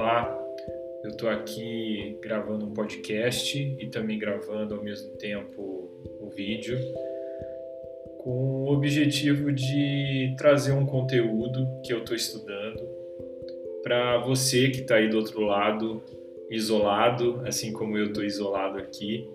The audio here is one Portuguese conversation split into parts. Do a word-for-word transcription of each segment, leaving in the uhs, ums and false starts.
Olá, eu estou aqui gravando um podcast e também gravando ao mesmo tempo o vídeo com o objetivo de trazer um conteúdo que eu estou estudando para você que está aí do outro lado, isolado, assim como eu estou isolado aqui,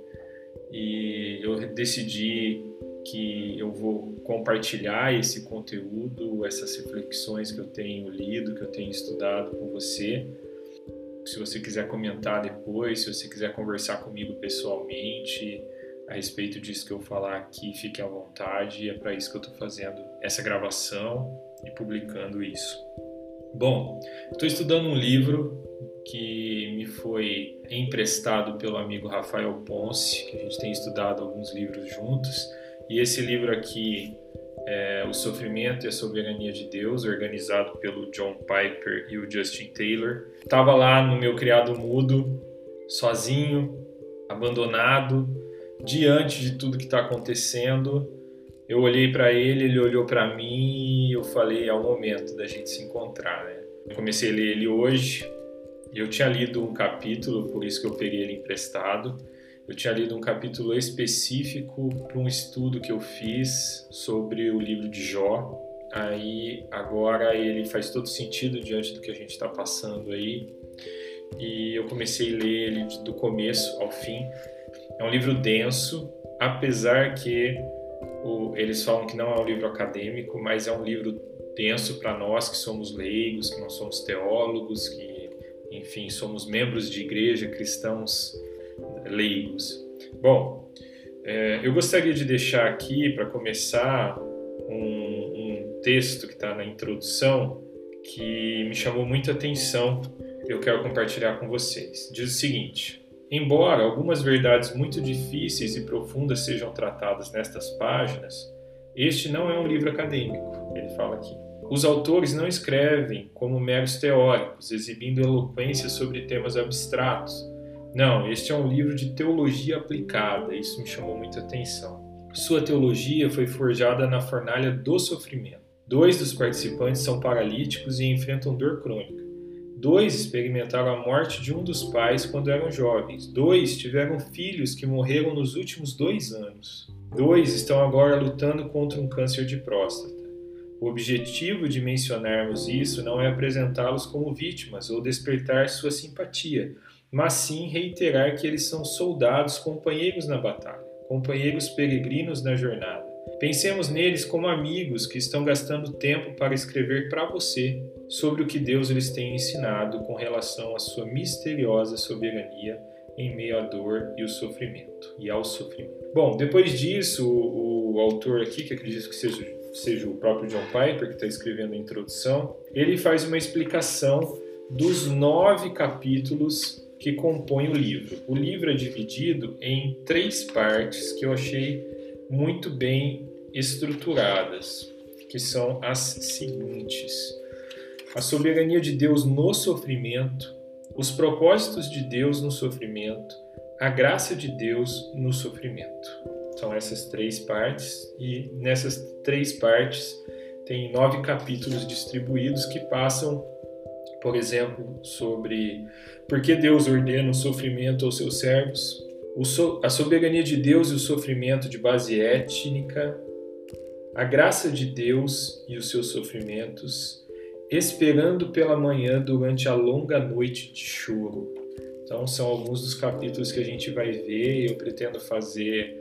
e eu decidi que eu vou compartilhar esse conteúdo, essas reflexões que eu tenho lido, que eu tenho estudado com você. Se você quiser comentar depois, se você quiser conversar comigo pessoalmente a respeito disso que eu falar aqui, fique à vontade, é para isso que eu estou fazendo essa gravação e publicando isso. Bom, estou estudando um livro que me foi emprestado pelo amigo Rafael Ponce, que a gente tem estudado alguns livros juntos, e esse livro aqui é O Sofrimento e a Soberania de Deus, organizado pelo John Piper e o Justin Taylor. Estava lá no meu criado mudo, sozinho, abandonado, diante de tudo que está acontecendo. Eu olhei para ele, ele olhou para mim e eu falei, é o momento da gente se encontrar, né? Eu comecei a ler ele hoje e eu tinha lido um capítulo, por isso que eu peguei ele emprestado. Eu tinha lido um capítulo específico para um estudo que eu fiz sobre o livro de Jó. Aí agora ele faz todo sentido diante do que a gente está passando aí. E eu comecei a ler ele do começo ao fim. É um livro denso, apesar que o, eles falam que não é um livro acadêmico, mas é um livro denso para nós que somos leigos, que não somos teólogos, que, enfim, somos membros de igreja, cristãos leigos. Bom, é, eu gostaria de deixar aqui, para começar, um, um texto que está na introdução que me chamou muita atenção e eu quero compartilhar com vocês. Diz o seguinte: embora algumas verdades muito difíceis e profundas sejam tratadas nestas páginas, este não é um livro acadêmico, ele fala aqui. Os autores não escrevem como meros teóricos, exibindo eloquência sobre temas abstratos. Não, este é um livro de teologia aplicada, isso me chamou muita atenção. Sua teologia foi forjada na fornalha do sofrimento. Dois dos participantes são paralíticos e enfrentam dor crônica. Dois experimentaram a morte de um dos pais quando eram jovens. Dois tiveram filhos que morreram nos últimos dois anos. Dois estão agora lutando contra um câncer de próstata. O objetivo de mencionarmos isso não é apresentá-los como vítimas ou despertar sua simpatia, mas sim reiterar que eles são soldados companheiros na batalha, companheiros peregrinos na jornada. Pensemos neles como amigos que estão gastando tempo para escrever para você sobre o que Deus lhes tem ensinado com relação à sua misteriosa soberania em meio à dor e o sofrimento, e ao sofrimento. Bom, depois disso, o, o autor aqui, que acredito que seja, seja o próprio John Piper, que está escrevendo a introdução, ele faz uma explicação dos nove capítulos que compõem o livro. O livro é dividido em três partes que eu achei muito bem estruturadas, que são as seguintes: a soberania de Deus no sofrimento, os propósitos de Deus no sofrimento, a graça de Deus no sofrimento. São essas três partes, e nessas três partes tem nove capítulos distribuídos que passam, por exemplo, sobre por que Deus ordena o sofrimento aos seus servos, o so, a soberania de Deus e o sofrimento de base étnica, a graça de Deus e os seus sofrimentos, esperando pela manhã durante a longa noite de choro. Então são alguns dos capítulos que a gente vai ver, e eu pretendo fazer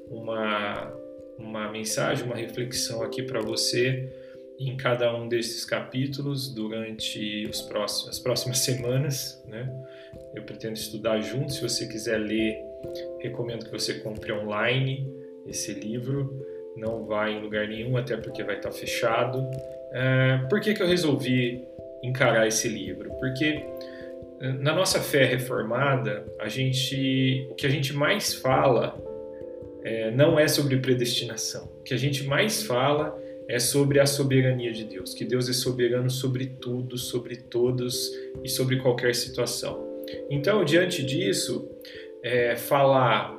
uma, uma mensagem, uma reflexão aqui para você em cada um desses capítulos durante os próximos, as próximas semanas, né? Eu pretendo estudar junto. Se você quiser ler, recomendo que você compre online esse livro. Não vai em lugar nenhum, até porque vai estar fechado. É, por que que eu resolvi encarar esse livro? Porque na nossa fé reformada, a gente, o que a gente mais fala é, não é sobre predestinação. O que a gente mais fala é sobre a soberania de Deus, que Deus é soberano sobre tudo, sobre todos e sobre qualquer situação. Então, diante disso, é, falar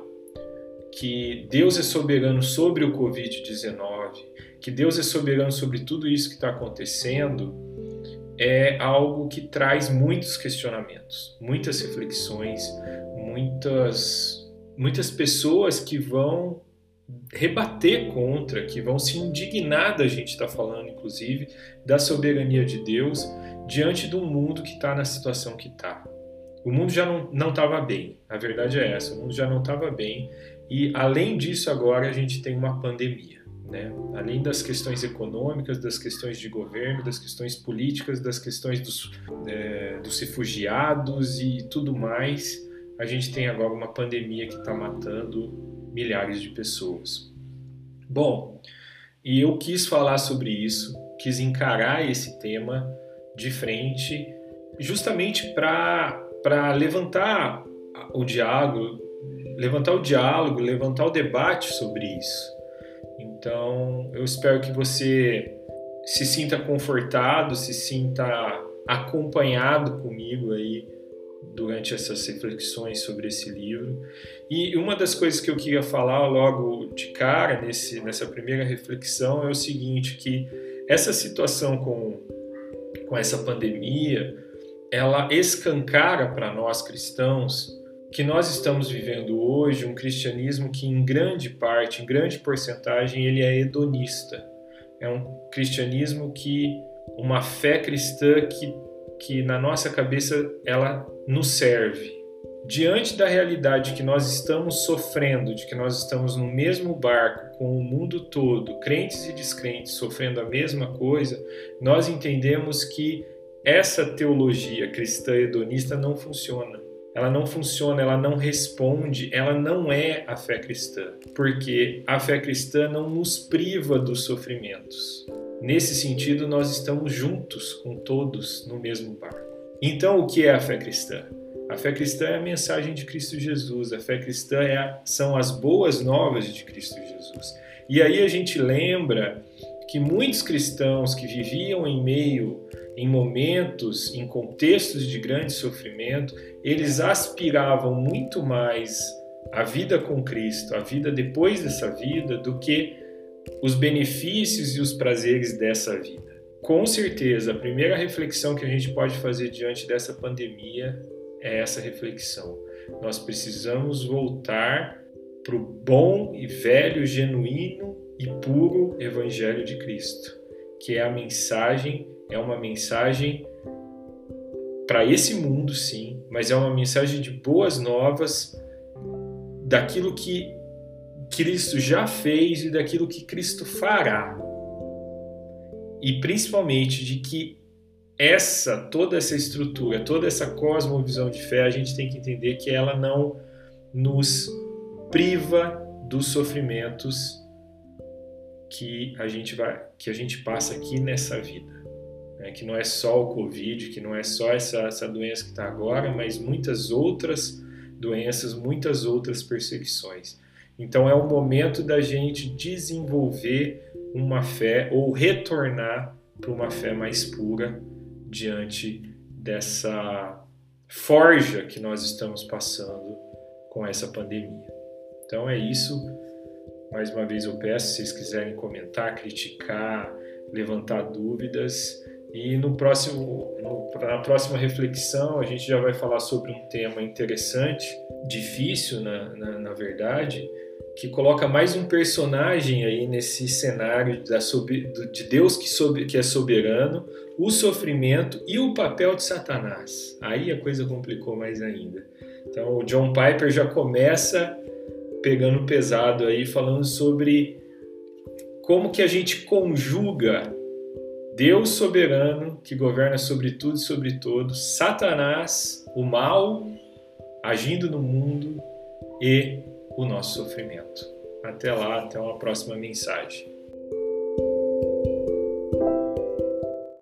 que Deus é soberano sobre o covid dezenove, que Deus é soberano sobre tudo isso que está acontecendo, é algo que traz muitos questionamentos, muitas reflexões, muitas, muitas pessoas que vão rebater contra, que vão se indignar da gente estar falando, inclusive, da soberania de Deus diante de um mundo que está na situação que está. O mundo já não estava bem, a verdade é essa, o mundo já não estava bem e, além disso, agora a gente tem uma pandemia. Né? Além das questões econômicas, das questões de governo, das questões políticas, das questões dos, é, dos refugiados e tudo mais, a gente tem agora uma pandemia que está matando milhares de pessoas. Bom, e eu quis falar sobre isso, quis encarar esse tema de frente, justamente para para levantar o diálogo, levantar o diálogo, levantar o debate sobre isso. Então, eu espero que você se sinta confortado, se sinta acompanhado comigo aí durante essas reflexões sobre esse livro. E uma das coisas que eu queria falar logo de cara nesse, nessa primeira reflexão é o seguinte, que essa situação com, com essa pandemia, ela escancara para nós cristãos que nós estamos vivendo hoje um cristianismo que em grande parte, em grande porcentagem, ele é hedonista. É um cristianismo que, uma fé cristã que, que na nossa cabeça ela nos serve. Diante da realidade que nós estamos sofrendo, de que nós estamos no mesmo barco com o mundo todo, crentes e descrentes sofrendo a mesma coisa, nós entendemos que essa teologia cristã hedonista não funciona. Ela não funciona, ela não responde, ela não é a fé cristã, porque a fé cristã não nos priva dos sofrimentos. Nesse sentido, nós estamos juntos com todos no mesmo barco. Então, o que é a fé cristã? A fé cristã é a mensagem de Cristo Jesus, a fé cristã é a, são as boas novas de Cristo Jesus. E aí a gente lembra que muitos cristãos que viviam em meio, em momentos, em contextos de grande sofrimento, eles aspiravam muito mais a vida com Cristo, a vida depois dessa vida, do que os benefícios e os prazeres dessa vida. Com certeza, a primeira reflexão que a gente pode fazer diante dessa pandemia é essa reflexão. Nós precisamos voltar para o bom e velho, genuíno e puro Evangelho de Cristo, que é a mensagem, é uma mensagem para esse mundo, sim, mas é uma mensagem de boas novas daquilo que Cristo já fez e daquilo que Cristo fará. E principalmente de que essa, toda essa estrutura, toda essa cosmovisão de fé, a gente tem que entender que ela não nos priva dos sofrimentos que a gente vai, que a gente passa aqui nessa vida, né? Que não é só o Covid, que não é só essa, essa doença que está agora, mas muitas outras doenças, muitas outras perseguições. Então é o momento da gente desenvolver uma fé ou retornar para uma fé mais pura diante dessa forja que nós estamos passando com essa pandemia. Então é isso. Mais uma vez eu peço, se vocês quiserem comentar, criticar, levantar dúvidas. E no próximo, no, na próxima reflexão a gente já vai falar sobre um tema interessante, difícil na, na, na verdade, que coloca mais um personagem aí nesse cenário da, de Deus que, sob, que é soberano, o sofrimento e o papel de Satanás. Aí a coisa complicou mais ainda. Então o John Piper já começa pegando pesado aí, falando sobre como que a gente conjuga Deus soberano, que governa sobre tudo e sobre todos, Satanás, o mal, agindo no mundo, e o nosso sofrimento. Até lá, até uma próxima mensagem.